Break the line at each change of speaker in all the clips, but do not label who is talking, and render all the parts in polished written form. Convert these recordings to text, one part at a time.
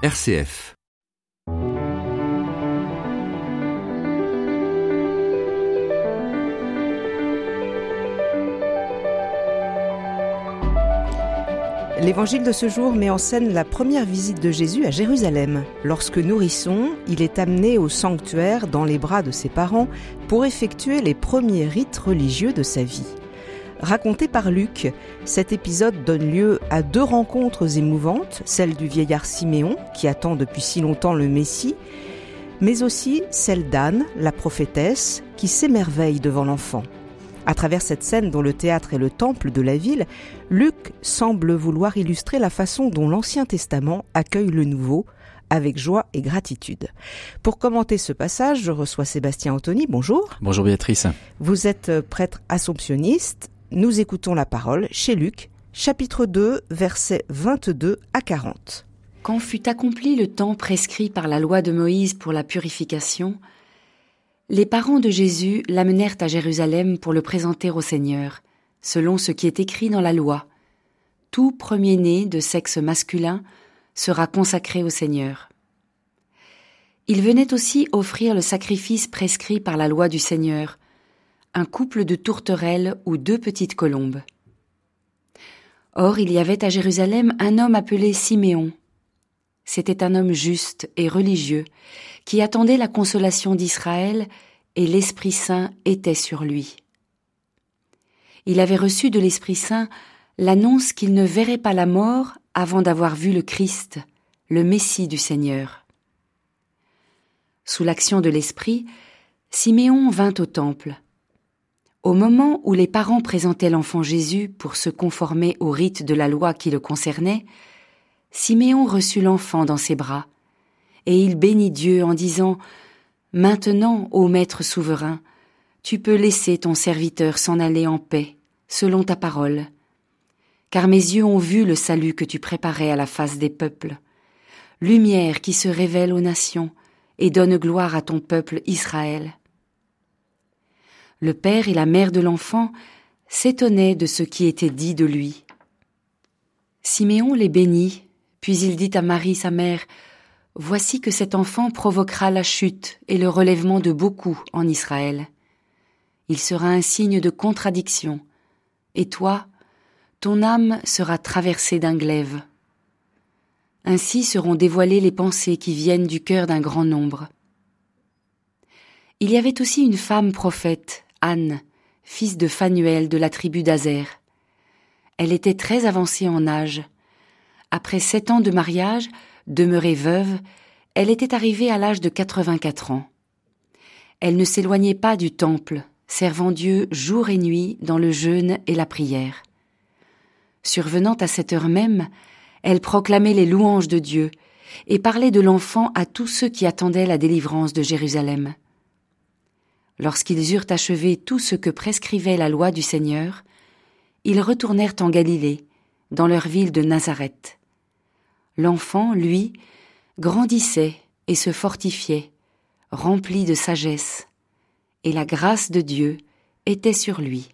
RCF.
L'évangile de ce jour met en scène la première visite de Jésus à Jérusalem. Lorsque nourrisson, il est amené au sanctuaire dans les bras de ses parents pour effectuer les premiers rites religieux de sa vie. Raconté par Luc, cet épisode donne lieu à deux rencontres émouvantes, celle du vieillard Siméon, qui attend depuis si longtemps le Messie, mais aussi celle d'Anne, la prophétesse, qui s'émerveille devant l'enfant. À travers cette scène dont le théâtre est le temple de la ville, Luc semble vouloir illustrer la façon dont l'Ancien Testament accueille le Nouveau, avec joie et gratitude. Pour commenter ce passage, je reçois Sébastien Anthony. Bonjour.
Bonjour Béatrice.
Vous êtes prêtre assomptionniste. Nous écoutons la parole chez Luc, chapitre 2, versets 22 à 40.
Quand fut accompli le temps prescrit par la loi de Moïse pour la purification, les parents de Jésus l'amenèrent à Jérusalem pour le présenter au Seigneur, selon ce qui est écrit dans la loi. Tout premier-né de sexe masculin sera consacré au Seigneur. Il venait aussi offrir le sacrifice prescrit par la loi du Seigneur, un couple de tourterelles ou 2 petites colombes. Or, il y avait à Jérusalem un homme appelé Siméon. C'était un homme juste et religieux, qui attendait la consolation d'Israël, et l'Esprit Saint était sur lui. Il avait reçu de l'Esprit Saint l'annonce qu'il ne verrait pas la mort avant d'avoir vu le Christ, le Messie du Seigneur. Sous l'action de l'Esprit, Siméon vint au temple. Au moment où les parents présentaient l'enfant Jésus pour se conformer au rite de la loi qui le concernait, Siméon reçut l'enfant dans ses bras, et il bénit Dieu en disant « Maintenant, ô Maître souverain, tu peux laisser ton serviteur s'en aller en paix, selon ta parole. Car mes yeux ont vu le salut que tu préparais à la face des peuples, lumière qui se révèle aux nations et donne gloire à ton peuple Israël. » Le père et la mère de l'enfant s'étonnaient de ce qui était dit de lui. Siméon les bénit, puis il dit à Marie, sa mère, « Voici que cet enfant provoquera la chute et le relèvement de beaucoup en Israël. Il sera un signe de contradiction, et toi, ton âme sera traversée d'un glaive. Ainsi seront dévoilées les pensées qui viennent du cœur d'un grand nombre. » Il y avait aussi une femme prophète, Anne, fils de Phanuel de la tribu d'Aser. Elle était très avancée en âge. Après 7 ans de mariage, demeurée veuve, elle était arrivée à l'âge de 84 ans. Elle ne s'éloignait pas du temple, servant Dieu jour et nuit dans le jeûne et la prière. Survenant à cette heure même, elle proclamait les louanges de Dieu et parlait de l'enfant à tous ceux qui attendaient la délivrance de Jérusalem. Lorsqu'ils eurent achevé tout ce que prescrivait la loi du Seigneur, ils retournèrent en Galilée, dans leur ville de Nazareth. L'enfant, lui, grandissait et se fortifiait, rempli de sagesse, et la grâce de Dieu était sur lui.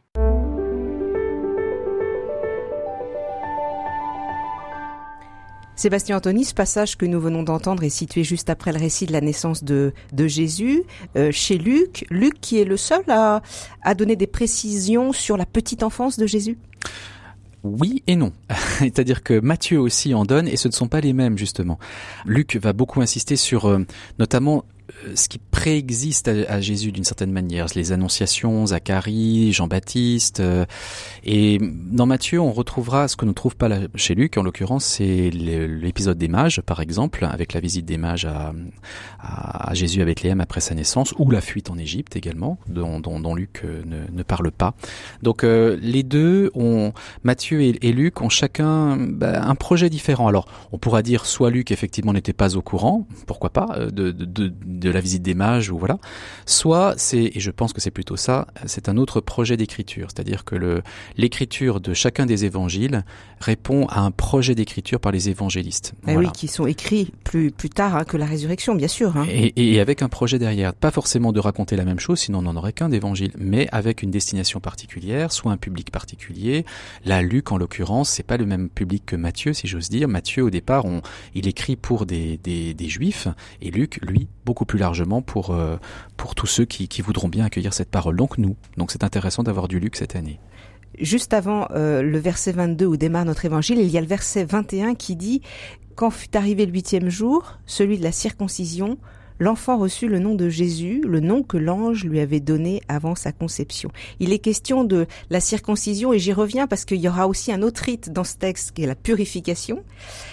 Sébastien Anthony, ce passage que nous venons d'entendre est situé juste après le récit de la naissance de Jésus, chez Luc. Luc qui est le seul à donner des précisions sur la petite enfance de Jésus.
Oui et non. C'est-à-dire que Matthieu aussi en donne, et ce ne sont pas les mêmes, justement. Luc va beaucoup insister sur, notamment, ce qui préexiste à Jésus d'une certaine manière, les annonciations, Zacharie, Jean-Baptiste, et dans Matthieu on retrouvera ce que ne trouve pas chez Luc, en l'occurrence c'est l'épisode des mages par exemple, avec la visite des mages à Jésus à Bethléem après sa naissance, ou la fuite en Égypte également, dont Luc ne parle pas. Donc les deux, Matthieu et Luc ont chacun un projet différent. Alors on pourra dire soit Luc effectivement n'était pas au courant, pourquoi pas, de la visite des mages, personnages, ou voilà. Soit et je pense que c'est plutôt ça, c'est un autre projet d'écriture, c'est-à-dire que l'écriture de chacun des évangiles répond à un projet d'écriture par les évangélistes.
Voilà. Oui, qui sont écrits plus tard que la résurrection, bien sûr.
Et avec un projet derrière, pas forcément de raconter la même chose, sinon on n'en aurait qu'un d'évangile, mais avec une destination particulière, soit un public particulier. Là, Luc, en l'occurrence, c'est pas le même public que Matthieu, si j'ose dire. Matthieu, au départ, il écrit pour des Juifs, et Luc, lui, beaucoup plus largement pour tous ceux qui voudront bien accueillir cette parole. Donc nous. Donc c'est intéressant d'avoir du Luc cette année.
Juste avant le verset 22 où démarre notre évangile, il y a le verset 21 qui dit « Quand fut arrivé le 8e jour, celui de la circoncision, l'enfant reçut le nom de Jésus, le nom que l'ange lui avait donné avant sa conception. » Il est question de la circoncision, et j'y reviens parce qu'il y aura aussi un autre rite dans ce texte qui est la purification.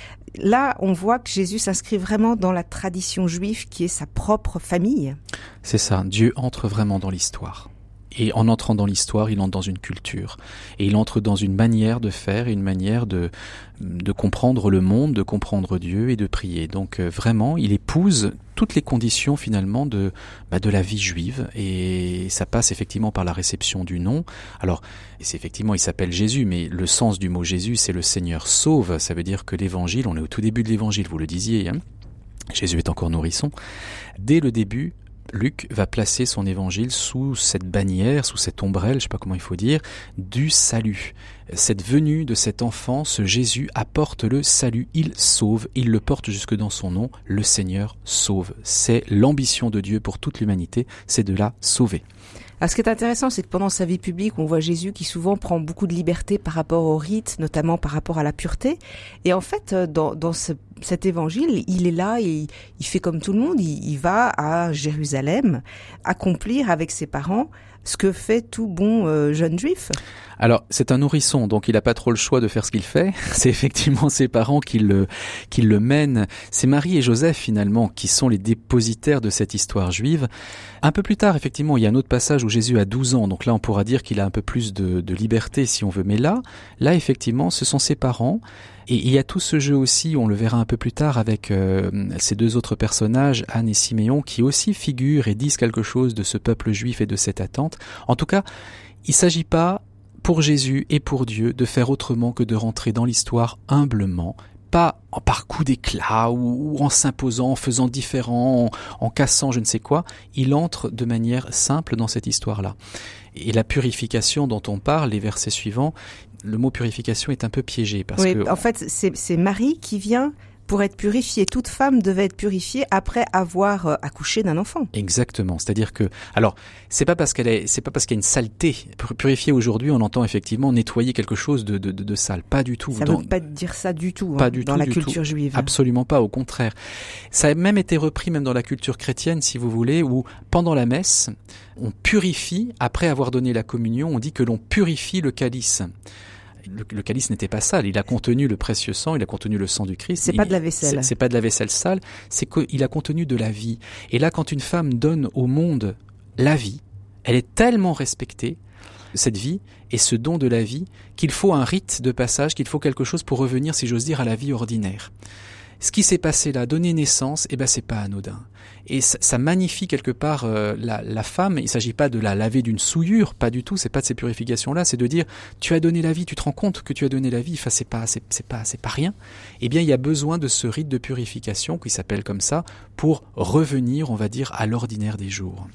Là, on voit que Jésus s'inscrit vraiment dans la tradition juive qui est sa propre famille.
C'est ça, Dieu entre vraiment dans l'histoire. Et en entrant dans l'histoire, il entre dans une culture. Et il entre dans une manière de faire, une manière de comprendre le monde, de comprendre Dieu et de prier. Donc vraiment, il épouse toutes les conditions finalement de la vie juive. Et ça passe effectivement par la réception du nom. Alors, effectivement, il s'appelle Jésus, mais le sens du mot Jésus, c'est le Seigneur sauve. Ça veut dire que l'évangile, on est au tout début de l'évangile, vous le disiez, hein. Jésus est encore nourrisson. Dès le début, Luc va placer son évangile sous cette bannière, sous cette ombrelle, je ne sais pas comment il faut dire, du salut. Cette venue de cet enfant, ce Jésus apporte le salut, il sauve, il le porte jusque dans son nom, le Seigneur sauve. C'est l'ambition de Dieu pour toute l'humanité, c'est de la sauver.
Alors, ce qui est intéressant, c'est que pendant sa vie publique, on voit Jésus qui souvent prend beaucoup de liberté par rapport au rite, notamment par rapport à la pureté. Et en fait, dans cet évangile, il est là et il fait comme tout le monde. Il va à Jérusalem accomplir avec ses parents ce que fait tout bon jeune juif.
Alors, c'est un nourrisson, donc il n'a pas trop le choix de faire ce qu'il fait. C'est effectivement ses parents qui le mènent. C'est Marie et Joseph, finalement, qui sont les dépositaires de cette histoire juive. Un peu plus tard, effectivement, il y a un autre passage où Jésus a 12 ans. Donc là, on pourra dire qu'il a un peu plus de liberté, si on veut. Mais là, effectivement, ce sont ses parents. Et il y a tout ce jeu aussi, on le verra un peu plus tard avec ces deux autres personnages, Anne et Siméon, qui aussi figurent et disent quelque chose de ce peuple juif et de cette attente. En tout cas, il ne s'agit pas, pour Jésus et pour Dieu, de faire autrement que de rentrer dans l'histoire humblement, pas par coup d'éclat ou en s'imposant, en faisant différent, en cassant je ne sais quoi. Il entre de manière simple dans cette histoire-là. Et la purification dont on parle, les versets suivants, le mot purification est un peu piégé parce que...
En fait, c'est Marie qui vient pour être purifiée. Toute femme devait être purifiée après avoir accouché d'un enfant.
Exactement. C'est-à-dire que, alors, c'est pas parce qu'il y a une saleté. Purifier aujourd'hui, on entend effectivement nettoyer quelque chose de sale. Pas du tout.
Ça ne veut pas dire ça du tout,
pas du
dans
tout,
la culture juive.
Absolument pas, au contraire. Ça a même été repris même dans la culture chrétienne, si vous voulez, où pendant la messe, on purifie, après avoir donné la communion, on dit que l'on purifie le calice. Le calice n'était pas sale, il a contenu le précieux sang, il a contenu le sang du Christ.
C'est pas de la vaisselle.
C'est pas de la vaisselle sale, c'est qu'il a contenu de la vie. Et là, quand une femme donne au monde la vie, elle est tellement respectée, cette vie et ce don de la vie, qu'il faut un rite de passage, qu'il faut quelque chose pour revenir, si j'ose dire, à la vie ordinaire. Ce qui s'est passé là, donner naissance, c'est pas anodin. Et ça magnifie quelque part la femme. Il s'agit pas de la laver d'une souillure, pas du tout. C'est pas de ces purifications-là. C'est de dire, tu as donné la vie, tu te rends compte que tu as donné la vie. Enfin, c'est pas rien. Eh bien, il y a besoin de ce rite de purification qui s'appelle comme ça pour revenir, on va dire, à l'ordinaire des jours.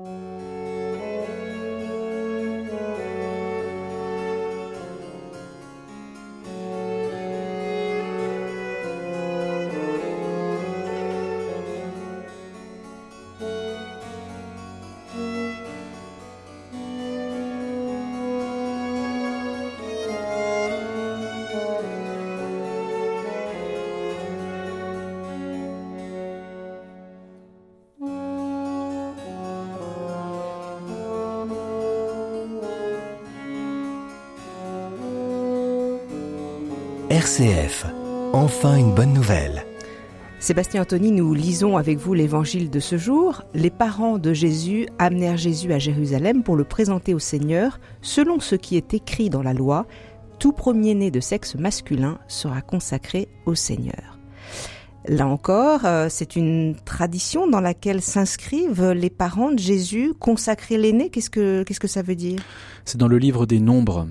RCF, enfin une bonne nouvelle.
Sébastien Anthony, nous lisons avec vous l'évangile de ce jour. Les parents de Jésus amenèrent Jésus à Jérusalem pour le présenter au Seigneur. Selon ce qui est écrit dans la loi, tout premier-né de sexe masculin sera consacré au Seigneur. Là encore, c'est une tradition dans laquelle s'inscrivent les parents de Jésus, consacrer l'aîné. Qu'est-ce que ça veut dire ?
C'est dans le livre des Nombres,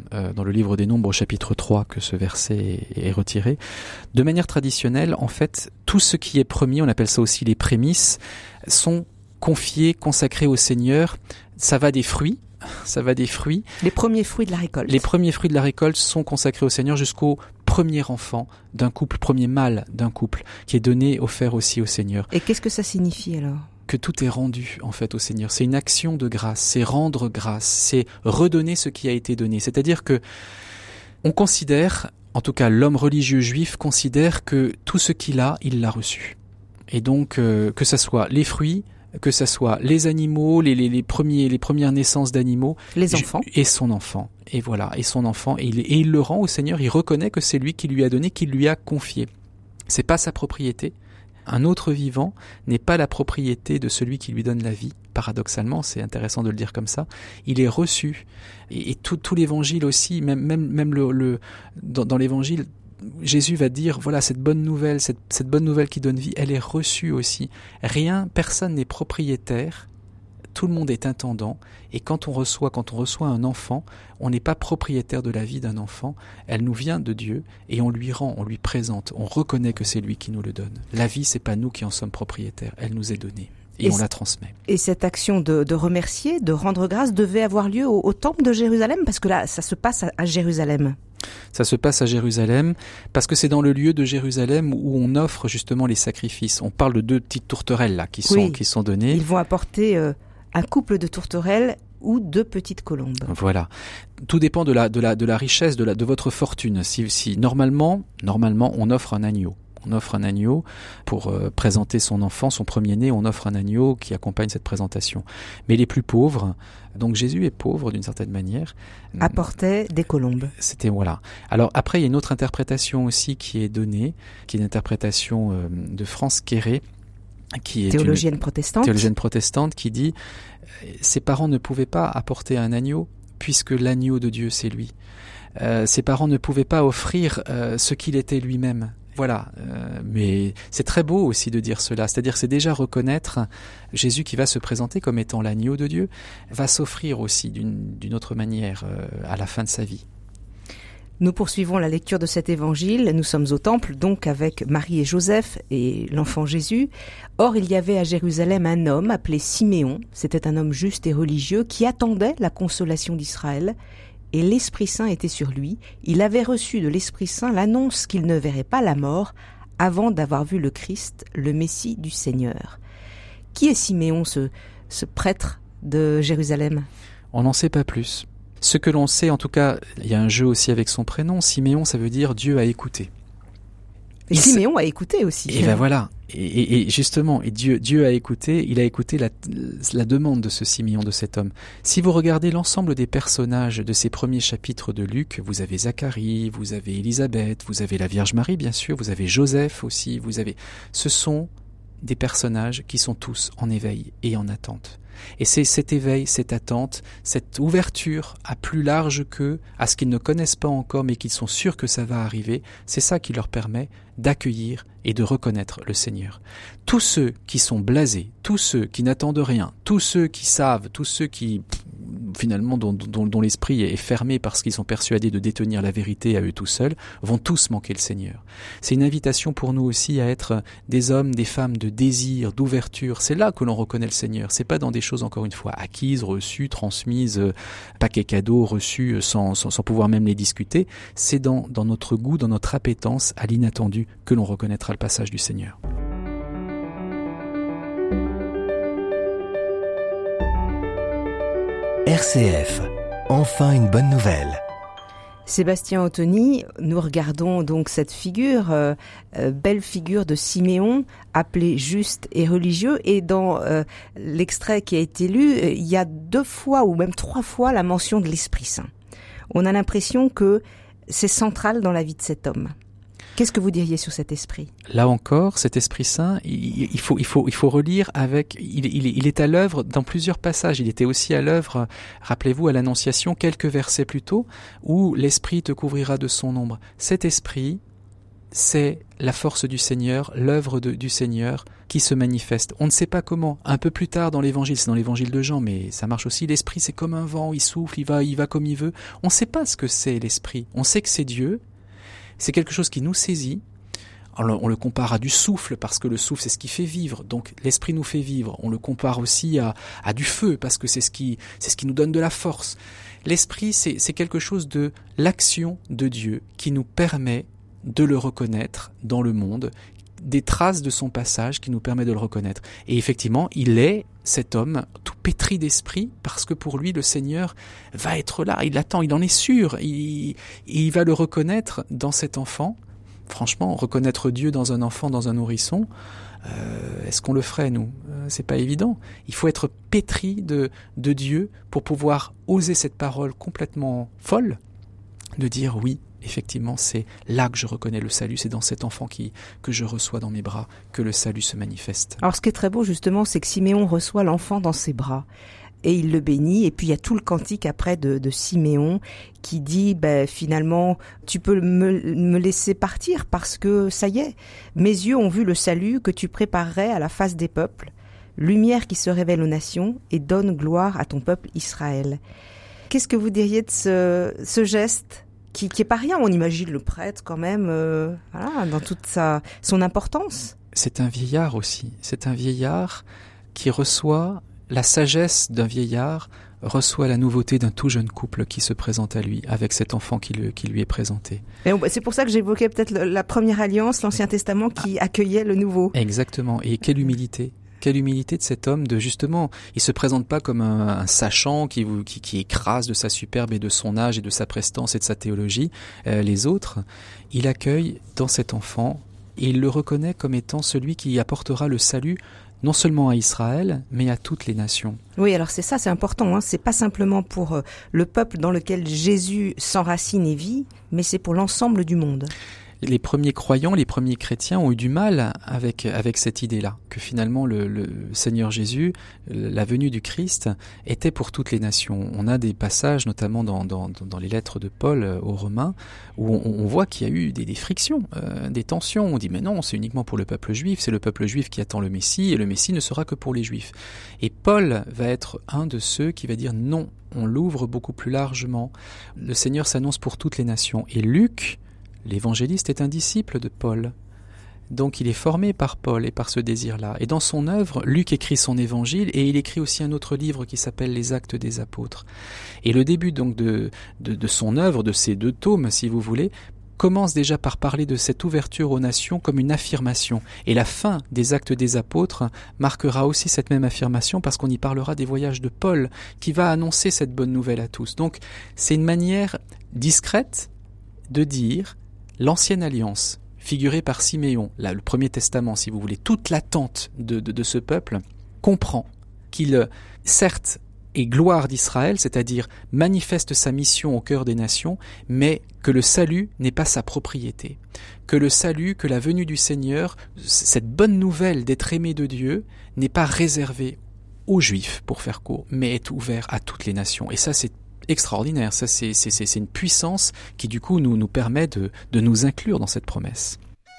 au chapitre 3, que ce verset est retiré. De manière traditionnelle, en fait, tout ce qui est premier, on appelle ça aussi les prémices, sont confiés, consacrés au Seigneur. Ça va des fruits.
Les premiers fruits de la récolte.
Les premiers fruits de la récolte sont consacrés au Seigneur jusqu'au premier enfant d'un couple, premier mâle d'un couple, qui est donné, offert aussi au Seigneur.
Et qu'est-ce que ça signifie alors ?
Que tout est rendu en fait au Seigneur. C'est une action de grâce, c'est rendre grâce, c'est redonner ce qui a été donné. C'est-à-dire que on considère, en tout cas l'homme religieux juif considère que tout ce qu'il a, il l'a reçu. Et donc que ça soit les fruits, que ça soit les animaux, les premières naissances d'animaux,
les enfants
et son enfant. Et voilà, et son enfant, et il le rend au Seigneur. Il reconnaît que c'est lui qui lui a donné, qui lui a confié. C'est pas sa propriété. Un autre vivant n'est pas la propriété de celui qui lui donne la vie. Paradoxalement, c'est intéressant de le dire comme ça. Il est reçu. Et tout l'évangile aussi, même dans l'évangile, Jésus va dire, voilà, cette bonne nouvelle, cette bonne nouvelle qui donne vie, elle est reçue aussi. Personne n'est propriétaire, tout le monde est intendant, et quand on reçoit un enfant, on n'est pas propriétaire de la vie d'un enfant, elle nous vient de Dieu, et on lui rend, on lui présente, on reconnaît que c'est lui qui nous le donne. La vie, c'est pas nous qui en sommes propriétaires, elle nous est donnée. Et on la transmet.
Et cette action de remercier, de rendre grâce, devait avoir lieu au temple de Jérusalem, parce que là, ça se passe à Jérusalem.
Ça se passe à Jérusalem, parce que c'est dans le lieu de Jérusalem où on offre justement les sacrifices. On parle de 2 petites tourterelles là qui sont données.
Ils vont apporter un couple de tourterelles ou 2 petites colombes.
Voilà. Tout dépend de la richesse de votre fortune. Si normalement on offre un agneau. On offre un agneau pour présenter son enfant, son premier-né, on offre un agneau qui accompagne cette présentation. Mais les plus pauvres, donc Jésus est pauvre d'une certaine manière,
apportaient des colombes.
C'était voilà. Alors après, il y a une autre interprétation aussi qui est donnée, qui est une interprétation de France Quéré, qui est
théologienne
protestante, qui dit ses parents ne pouvaient pas apporter un agneau puisque l'agneau de Dieu c'est lui. Ses parents ne pouvaient pas offrir ce qu'il était lui-même. Voilà, mais c'est très beau aussi de dire cela, c'est-à-dire c'est déjà reconnaître Jésus qui va se présenter comme étant l'agneau de Dieu, va s'offrir aussi d'une autre manière à la fin de sa vie.
Nous poursuivons la lecture de cet évangile, nous sommes au temple donc avec Marie et Joseph et l'enfant Jésus. Or il y avait à Jérusalem un homme appelé Siméon, c'était un homme juste et religieux qui attendait la consolation d'Israël. Et l'Esprit Saint était sur lui. Il avait reçu de l'Esprit Saint l'annonce qu'il ne verrait pas la mort avant d'avoir vu le Christ, le Messie du Seigneur. Qui est Siméon, ce prêtre de Jérusalem ?
On n'en sait pas plus. Ce que l'on sait, en tout cas, il y a un jeu aussi avec son prénom. Siméon, ça veut dire Dieu a écouté.
Et Siméon a écouté aussi.
Et ben voilà. Et justement, Dieu a écouté, il a écouté la demande de ce Siméon, de cet homme. Si vous regardez l'ensemble des personnages de ces premiers chapitres de Luc, vous avez Zacharie, vous avez Élisabeth, vous avez la Vierge Marie, bien sûr, vous avez Joseph aussi, ce sont des personnages qui sont tous en éveil et en attente. Et c'est cet éveil, cette attente, cette ouverture à plus large qu'eux, à ce qu'ils ne connaissent pas encore mais qu'ils sont sûrs que ça va arriver, c'est ça qui leur permet d'accueillir et de reconnaître le Seigneur. Tous ceux qui sont blasés, tous ceux qui n'attendent rien, tous ceux qui savent, tous ceux qui finalement dont l'esprit est fermé parce qu'ils sont persuadés de détenir la vérité à eux tout seuls, vont tous manquer le Seigneur. C'est une invitation pour nous aussi à être des hommes, des femmes de désir, d'ouverture. C'est là que l'on reconnaît le Seigneur. C'est pas dans des choses, encore une fois, acquises, reçues, transmises, paquets cadeaux, reçus sans pouvoir même les discuter. C'est dans notre goût, dans notre appétence à l'inattendu que l'on reconnaîtra le passage du Seigneur.
RCF, enfin une bonne nouvelle.
Sébastien Ottoni, nous regardons donc cette figure, belle figure de Siméon, appelé juste et religieux, et dans l'extrait qui a été lu, il y a 2 fois ou même 3 fois la mention de l'Esprit Saint. On a l'impression que c'est central dans la vie de cet homme. Qu'est-ce que vous diriez sur cet esprit ?
Là encore, cet Esprit Saint, il faut relire avec. Il est à l'œuvre dans plusieurs passages. Il était aussi à l'œuvre, rappelez-vous, à l'Annonciation, quelques versets plus tôt, où l'Esprit te couvrira de son ombre. Cet Esprit, c'est la force du Seigneur, l'œuvre du Seigneur qui se manifeste. On ne sait pas comment. Un peu plus tard dans l'évangile, c'est dans l'évangile de Jean, mais ça marche aussi. L'esprit, c'est comme un vent, il souffle, il va comme il veut. On ne sait pas ce que c'est l'esprit. On sait que c'est Dieu. C'est quelque chose qui nous saisit. On le compare à du souffle parce que le souffle c'est ce qui fait vivre, donc l'esprit nous fait vivre. On le compare aussi à du feu parce que c'est ce qui nous donne de la force. L'esprit c'est quelque chose de l'action de Dieu qui nous permet de le reconnaître dans le monde, des traces de son passage qui nous permet de le reconnaître. Et effectivement, il est cet homme tout pétri d'esprit parce que pour lui le Seigneur va être là, il l'attend, il en est sûr, il va le reconnaître dans cet enfant. Franchement, reconnaître Dieu dans un enfant, dans un nourrisson, est-ce qu'on le ferait, nous ? C'est pas évident. Il faut être pétri de Dieu pour pouvoir oser cette parole complètement folle, de dire oui, effectivement, c'est là que je reconnais le salut, c'est dans cet enfant que je reçois dans mes bras que le salut se manifeste.
Alors ce qui est très beau justement, c'est que Siméon reçoit l'enfant dans ses bras. Et il le bénit, et puis il y a tout le cantique après de Siméon qui dit finalement tu peux me laisser partir parce que ça y est, mes yeux ont vu le salut que tu préparerais à la face des peuples, lumière qui se révèle aux nations et donne gloire à ton peuple Israël. Qu'est-ce que vous diriez de ce geste qui est pas rien? On imagine le prêtre quand même dans toute son importance.
C'est un vieillard aussi, c'est un vieillard qui reçoit la sagesse d'un vieillard, reçoit la nouveauté d'un tout jeune couple qui se présente à lui, avec cet enfant qui lui est présenté.
Et c'est pour ça que j'évoquais peut-être la première alliance, l'Ancien Testament qui accueillait le Nouveau.
Exactement, et quelle humilité de cet homme de justement, il se présente pas comme un sachant qui écrase de sa superbe et de son âge et de sa prestance et de sa théologie les autres. Il accueille dans cet enfant et il le reconnaît comme étant celui qui apportera le salut non seulement à Israël, mais à toutes les nations.
Oui, alors c'est ça, c'est important. C'est pas simplement pour le peuple dans lequel Jésus s'enracine et vit, mais c'est pour l'ensemble du monde.
Les premiers croyants, les premiers chrétiens ont eu du mal avec cette idée-là, que finalement le Seigneur Jésus, la venue du Christ, était pour toutes les nations. On a des passages, notamment dans les lettres de Paul aux Romains, où on voit qu'il y a eu des frictions, des tensions. On dit mais non, c'est uniquement pour le peuple juif, c'est le peuple juif qui attend le Messie, et le Messie ne sera que pour les Juifs. Et Paul va être un de ceux qui va dire non, on l'ouvre beaucoup plus largement. Le Seigneur s'annonce pour toutes les nations. Et Luc, l'évangéliste, est un disciple de Paul. Donc il est formé par Paul et par ce désir-là. Et dans son œuvre, Luc écrit son évangile et il écrit aussi un autre livre qui s'appelle Les Actes des Apôtres. Et le début donc de son œuvre, de ces 2 tomes, si vous voulez, commence déjà par parler de cette ouverture aux nations comme une affirmation. Et la fin des Actes des Apôtres marquera aussi cette même affirmation parce qu'on y parlera des voyages de Paul qui va annoncer cette bonne nouvelle à tous. Donc c'est une manière discrète de dire l'Ancienne Alliance, figurée par Siméon, là, le Premier Testament, si vous voulez, toute l'attente de ce peuple, comprend qu'il, certes, est gloire d'Israël, c'est-à-dire manifeste sa mission au cœur des nations, mais que le salut n'est pas sa propriété. Que le salut, que la venue du Seigneur, cette bonne nouvelle d'être aimé de Dieu, n'est pas réservée aux Juifs, pour faire court, mais est ouvert à toutes les nations. Et ça, c'est extraordinaire, ça c'est une puissance qui du coup nous permet de nous inclure dans cette promesse.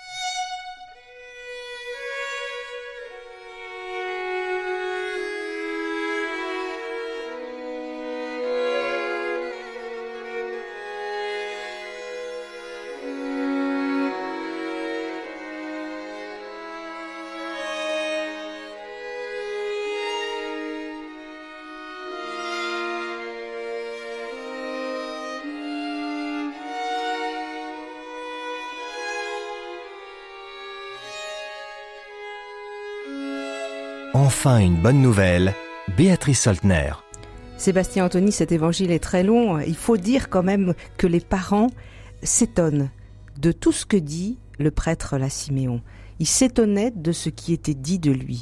Enfin une bonne nouvelle, Béatrice Soltner.
Sébastien Anthony, cet évangile est très long. Il faut dire quand même que les parents s'étonnent de tout ce que dit le prêtre là, Siméon. Il s'étonnait de ce qui était dit de lui.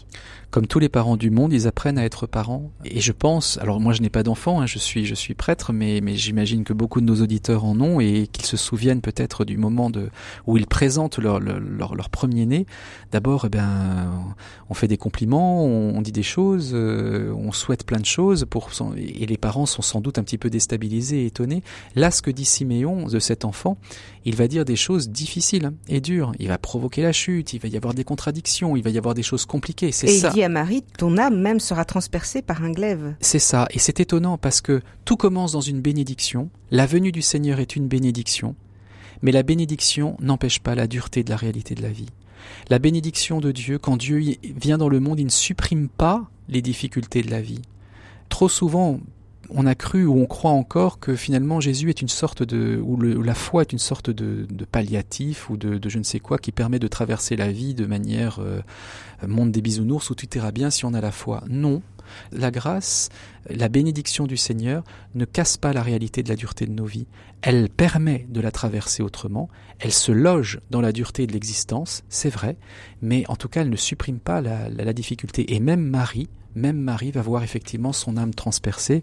Comme tous les parents du monde, ils apprennent à être parents. Et je pense, alors moi je n'ai pas d'enfant, je suis prêtre, mais j'imagine que beaucoup de nos auditeurs en ont et qu'ils se souviennent peut-être du moment où ils présentent leur premier-né. D'abord, on fait des compliments, on dit des choses, on souhaite plein de choses, et les parents sont sans doute un petit peu déstabilisés et étonnés. Là, ce que dit Siméon de cet enfant, il va dire des choses difficiles et dures. Il va provoquer la chute, il va y avoir des contradictions, il va y avoir des choses compliquées. C'est ça.
Et il dit à Marie, ton âme même sera transpercée par un glaive.
C'est ça, et c'est étonnant parce que tout commence dans une bénédiction. La venue du Seigneur est une bénédiction, mais la bénédiction n'empêche pas la dureté de la réalité de la vie. La bénédiction de Dieu, quand Dieu vient dans le monde, il ne supprime pas les difficultés de la vie. Trop souvent, on a cru ou on croit encore que finalement Jésus est une sorte ou la foi est une sorte de palliatif ou de je ne sais quoi qui permet de traverser la vie de manière monde des bisounours où tout ira bien si on a la foi. Non. La grâce, la bénédiction du Seigneur ne casse pas la réalité de la dureté de nos vies. Elle permet de la traverser autrement, elle se loge dans la dureté de l'existence, c'est vrai, mais en tout cas elle ne supprime pas la difficulté. Et même Marie va voir effectivement son âme transpercée.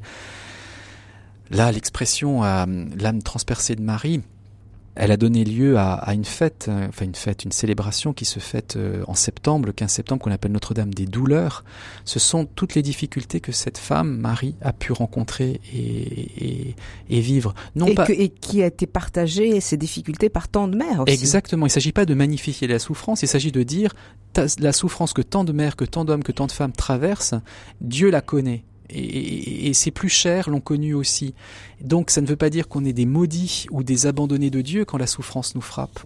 Là, l'expression l'âme transpercée de Marie, elle a donné lieu à une fête, une célébration qui se fête en septembre, le 15 septembre, qu'on appelle Notre-Dame des douleurs. Ce sont toutes les difficultés que cette femme, Marie, a pu rencontrer et vivre.
Et qui a été partagée, ces difficultés, par tant de mères aussi.
Exactement. Il ne s'agit pas de magnifier la souffrance, il s'agit de dire la souffrance que tant de mères, que tant d'hommes, que tant de femmes traversent, Dieu la connaît. Et ses plus chers l'ont connu aussi. Donc ça ne veut pas dire qu'on est des maudits ou des abandonnés de Dieu quand la souffrance nous frappe.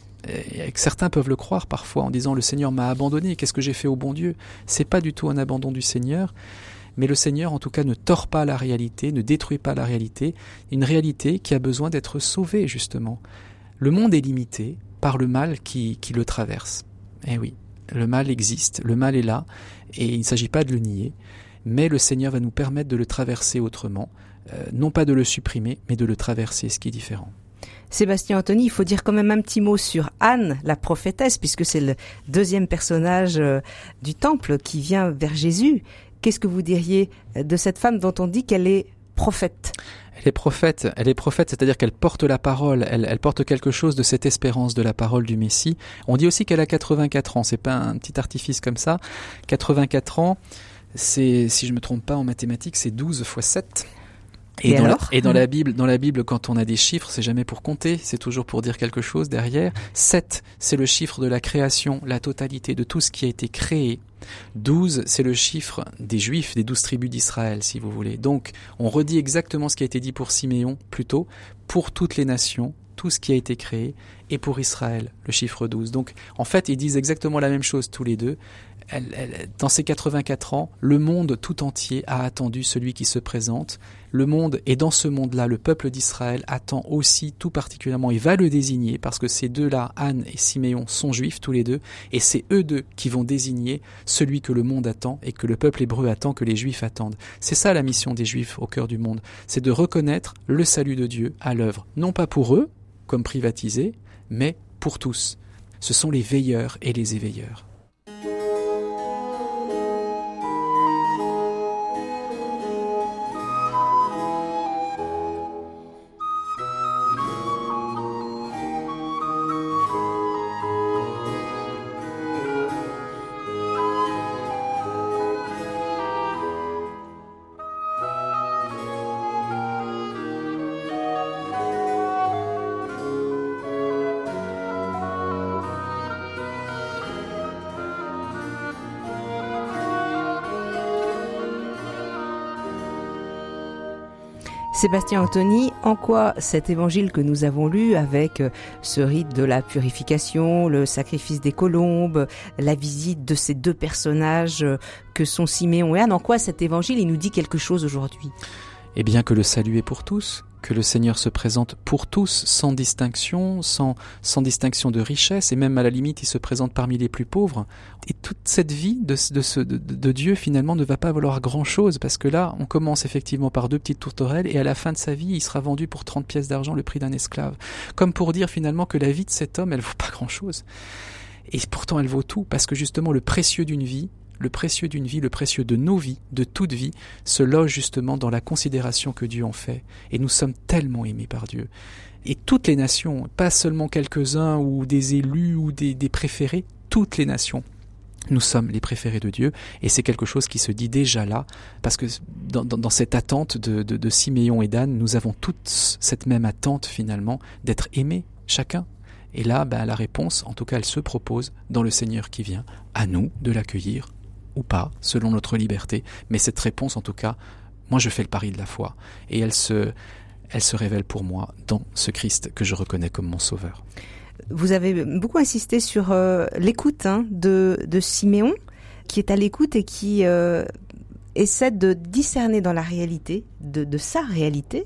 Et certains peuvent le croire parfois en disant « le Seigneur m'a abandonné, qu'est-ce que j'ai fait au bon Dieu ?» C'est pas du tout un abandon du Seigneur, mais le Seigneur en tout cas ne tord pas la réalité, ne détruit pas la réalité, une réalité qui a besoin d'être sauvée justement. Le monde est limité par le mal qui le traverse. Eh oui, le mal existe, le mal est là, et il ne s'agit pas de le nier. Mais le Seigneur va nous permettre de le traverser autrement, non pas de le supprimer, mais de le traverser, ce qui est différent.
Sébastien Anthony, il faut dire quand même un petit mot sur Anne, la prophétesse, puisque c'est le deuxième personnage du temple qui vient vers Jésus. Qu'est-ce que vous diriez de cette femme dont on dit qu'elle est prophète ?
Elle est prophète, c'est-à-dire qu'elle porte la parole, elle porte quelque chose de cette espérance de la parole du Messie. On dit aussi qu'elle a 84 ans, c'est pas un petit artifice comme ça. 84 ans, c'est, si je me trompe pas en mathématiques, c'est 12 fois 7. Et dans la Bible, quand on a des chiffres, c'est jamais pour compter, c'est toujours pour dire quelque chose derrière. 7, c'est le chiffre de la création, la totalité de tout ce qui a été créé. 12, c'est le chiffre des Juifs, des 12 tribus d'Israël, si vous voulez. Donc, on redit exactement ce qui a été dit pour Siméon, plutôt, pour toutes les nations, tout ce qui a été créé, et pour Israël, le chiffre 12. Donc, en fait, ils disent exactement la même chose tous les deux. Dans ces 84 ans, le monde tout entier a attendu celui qui se présente. Le monde, et dans ce monde-là, le peuple d'Israël attend aussi tout particulièrement, il va le désigner, parce que ces deux-là, Anne et Siméon, sont juifs tous les deux, et c'est eux deux qui vont désigner celui que le monde attend, et que le peuple hébreu attend, que les juifs attendent. C'est ça la mission des juifs au cœur du monde, c'est de reconnaître le salut de Dieu à l'œuvre, non pas pour eux, comme privatisés, mais pour tous. Ce sont les veilleurs et les éveilleurs.
Sébastien Anthony, en quoi cet évangile que nous avons lu avec ce rite de la purification, le sacrifice des colombes, la visite de ces deux personnages que sont Siméon et Anne, en quoi cet évangile il nous dit quelque chose aujourd'hui ?
Eh bien que le salut est pour tous, que le Seigneur se présente pour tous, sans distinction, sans distinction de richesse, et même à la limite il se présente parmi les plus pauvres. Et toute cette vie de Dieu finalement ne va pas valoir grand-chose, parce que là on commence effectivement par 2 petites tourterelles, et à la fin de sa vie il sera vendu pour 30 pièces d'argent, le prix d'un esclave. Comme pour dire finalement que la vie de cet homme elle vaut pas grand-chose. Et pourtant elle vaut tout, parce que justement le précieux d'une vie, le précieux d'une vie, le précieux de nos vies, de toute vie, se loge justement dans la considération que Dieu en fait. Et nous sommes tellement aimés par Dieu. Et toutes les nations, pas seulement quelques-uns ou des élus ou des préférés, toutes les nations. Nous sommes les préférés de Dieu, et c'est quelque chose qui se dit déjà là, parce que dans cette attente de Siméon et d'Anne, nous avons toute cette même attente finalement d'être aimés chacun. Et là, la réponse, en tout cas, elle se propose dans le Seigneur qui vient, à nous de l'accueillir ou pas, selon notre liberté. Mais cette réponse, en tout cas, moi je fais le pari de la foi, et elle se révèle pour moi dans ce Christ que je reconnais comme mon Sauveur.
Vous avez beaucoup insisté sur l'écoute de Siméon, qui est à l'écoute et qui essaie de discerner dans la réalité, de sa réalité,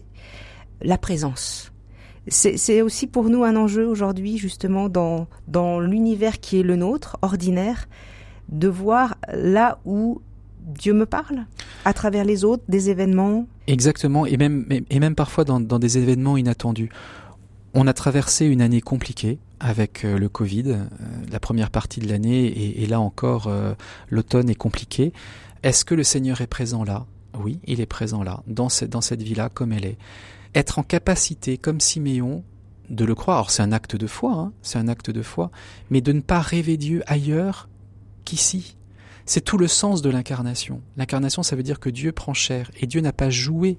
la présence. C'est aussi pour nous un enjeu aujourd'hui, justement, dans l'univers qui est le nôtre, ordinaire, de voir là où Dieu me parle, à travers les autres, des événements. Exactement, et même parfois dans des événements inattendus. On a traversé une année compliquée avec le Covid, la première partie de l'année, et là encore, l'automne est compliqué. Est-ce que le Seigneur est présent là ? Oui, il est présent là, dans cette vie-là, comme elle est. Être en capacité, comme Siméon, de le croire. Alors c'est un acte de foi, c'est un acte de foi, mais de ne pas rêver Dieu ailleurs qu'ici. C'est tout le sens de l'incarnation. L'incarnation, ça veut dire que Dieu prend chair, et Dieu n'a pas joué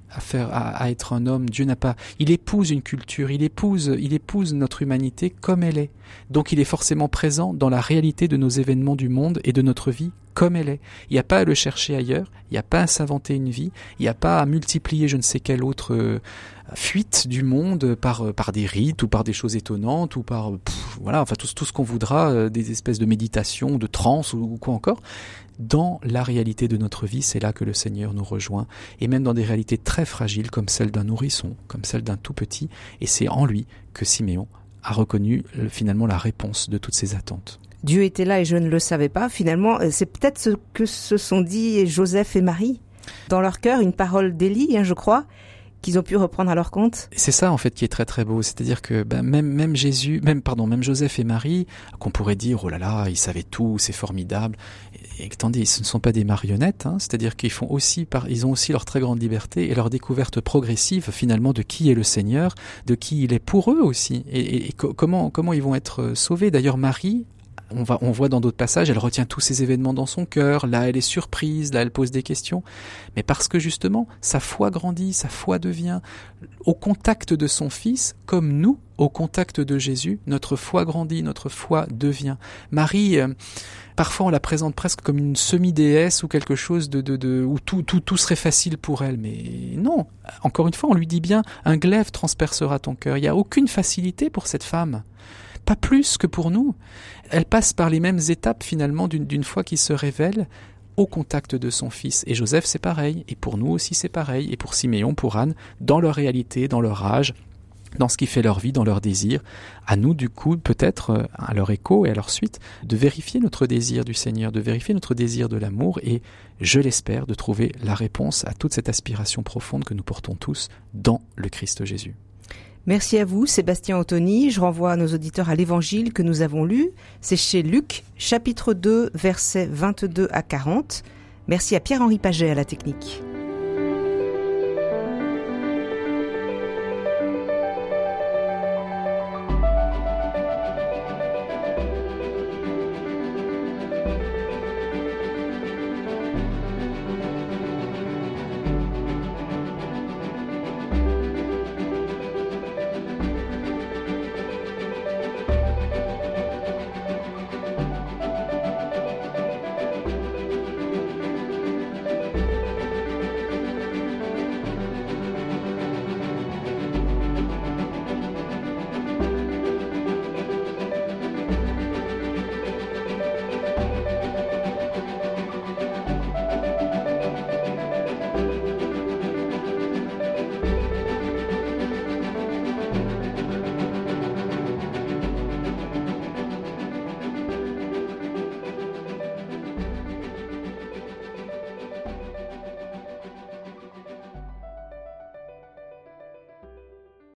à être un homme. Il épouse une culture, il épouse notre humanité comme elle est. Donc il est forcément présent dans la réalité de nos événements du monde et de notre vie comme elle est. Il n'y a pas à le chercher ailleurs, il n'y a pas à s'inventer une vie, il n'y a pas à multiplier je ne sais quelle autre fuite du monde par des rites ou par des choses étonnantes ou par tout ce qu'on voudra, des espèces de méditation, de transe ou quoi encore. Dans la réalité de notre vie, c'est là que le Seigneur nous rejoint, et même dans des réalités très fragiles comme celle d'un nourrisson, comme celle d'un tout petit, et c'est en lui que Siméon a reconnu finalement la réponse de toutes ses attentes. Dieu était là et je ne le savais pas. Finalement, c'est peut-être ce que se sont dit Joseph et Marie. Dans leur cœur, une parole d'Élie, je crois, qu'ils ont pu reprendre à leur compte. C'est ça en fait qui est très très beau, c'est-à-dire que même Joseph et Marie, qu'on pourrait dire oh là là, ils savaient tout, c'est formidable. Et attendez, ce ne sont pas des marionnettes, c'est-à-dire qu'ils ont aussi leur très grande liberté et leur découverte progressive finalement de qui est le Seigneur, de qui il est pour eux aussi, et comment ils vont être sauvés. D'ailleurs Marie, on voit dans d'autres passages, elle retient tous ces événements dans son cœur, là elle est surprise, là elle pose des questions, mais parce que justement sa foi grandit, sa foi devient au contact de son Fils, comme nous, au contact de Jésus, notre foi grandit, notre foi devient. Marie, parfois on la présente presque comme une semi-déesse ou quelque chose où tout serait facile pour elle, mais non, encore une fois on lui dit bien, un glaive transpercera ton cœur, il n'y a aucune facilité pour cette femme. Pas plus que pour nous. Elle passe par les mêmes étapes finalement d'une foi qui se révèle au contact de son Fils. Et Joseph c'est pareil, et pour nous aussi c'est pareil, et pour Siméon, pour Anne, dans leur réalité, dans leur âge, dans ce qui fait leur vie, dans leurs désirs. À nous du coup, peut-être, à leur écho et à leur suite, de vérifier notre désir du Seigneur, de vérifier notre désir de l'amour, et je l'espère, de trouver la réponse à toute cette aspiration profonde que nous portons tous dans le Christ Jésus. Merci à vous, Sébastien Anthony. Je renvoie nos auditeurs à l'évangile que nous avons lu. C'est chez Luc, chapitre 2, versets 22 à 40. Merci à Pierre-Henri Paget à la technique.